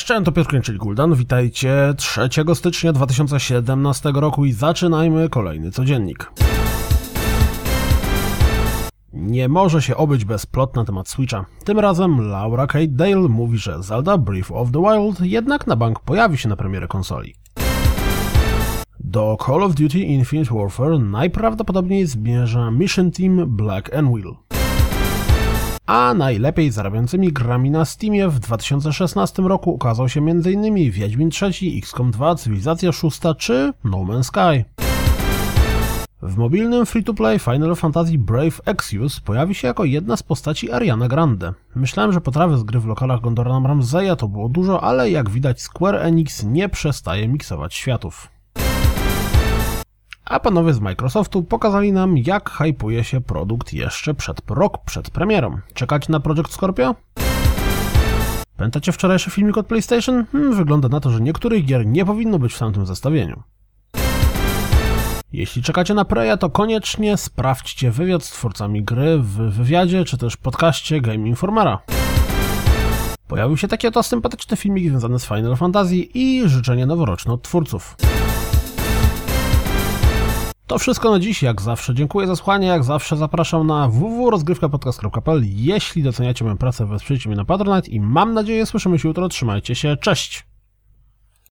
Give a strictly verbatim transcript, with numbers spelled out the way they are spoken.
Cześć, to Piotr, czyli Guldan. Witajcie trzeciego stycznia dwa tysiące siedemnastego roku i zaczynajmy kolejny codziennik. Nie może się obyć bez plot na temat Switcha. Tym razem Laura Kate Dale mówi, że Zelda Breath of the Wild jednak na bank pojawi się na premierę konsoli. Do Call of Duty Infinite Warfare najprawdopodobniej zmierza Mission Team Black and Wheel. A najlepiej zarabiającymi grami na Steamie w dwa tysiące szesnastym roku ukazał się m in Wiedźmin trzeci, X COM dwa, Cywilizacja szósta czy No Man's Sky. W mobilnym free-to-play Final Fantasy Brave Exvius pojawi się jako jedna z postaci Ariana Grande. Myślałem, że potrawy z gry w lokalach Gondora Ramseya to było dużo, ale jak widać Square Enix nie przestaje miksować światów. A panowie z Microsoftu pokazali nam, jak hypuje się produkt jeszcze przed rok przed premierą. Czekać na Project Scorpio? Pamiętacie wczorajszy filmik od PlayStation? Hmm, wygląda na to, że niektórych gier nie powinno być w tamtym zestawieniu. Jeśli czekacie na Preya, to koniecznie sprawdźcie wywiad z twórcami gry w wywiadzie czy też podcaście Game Informera. Pojawił się taki oto sympatyczny filmik związany z Final Fantasy i życzenie noworoczne od twórców. To wszystko na dziś, jak zawsze dziękuję za słuchanie, jak zawsze zapraszam na w w w kropka rozgrywka podcast kropka p l. Jeśli doceniacie moją pracę, wesprzyjcie mnie na Patronite i mam nadzieję słyszymy się jutro, trzymajcie się, cześć!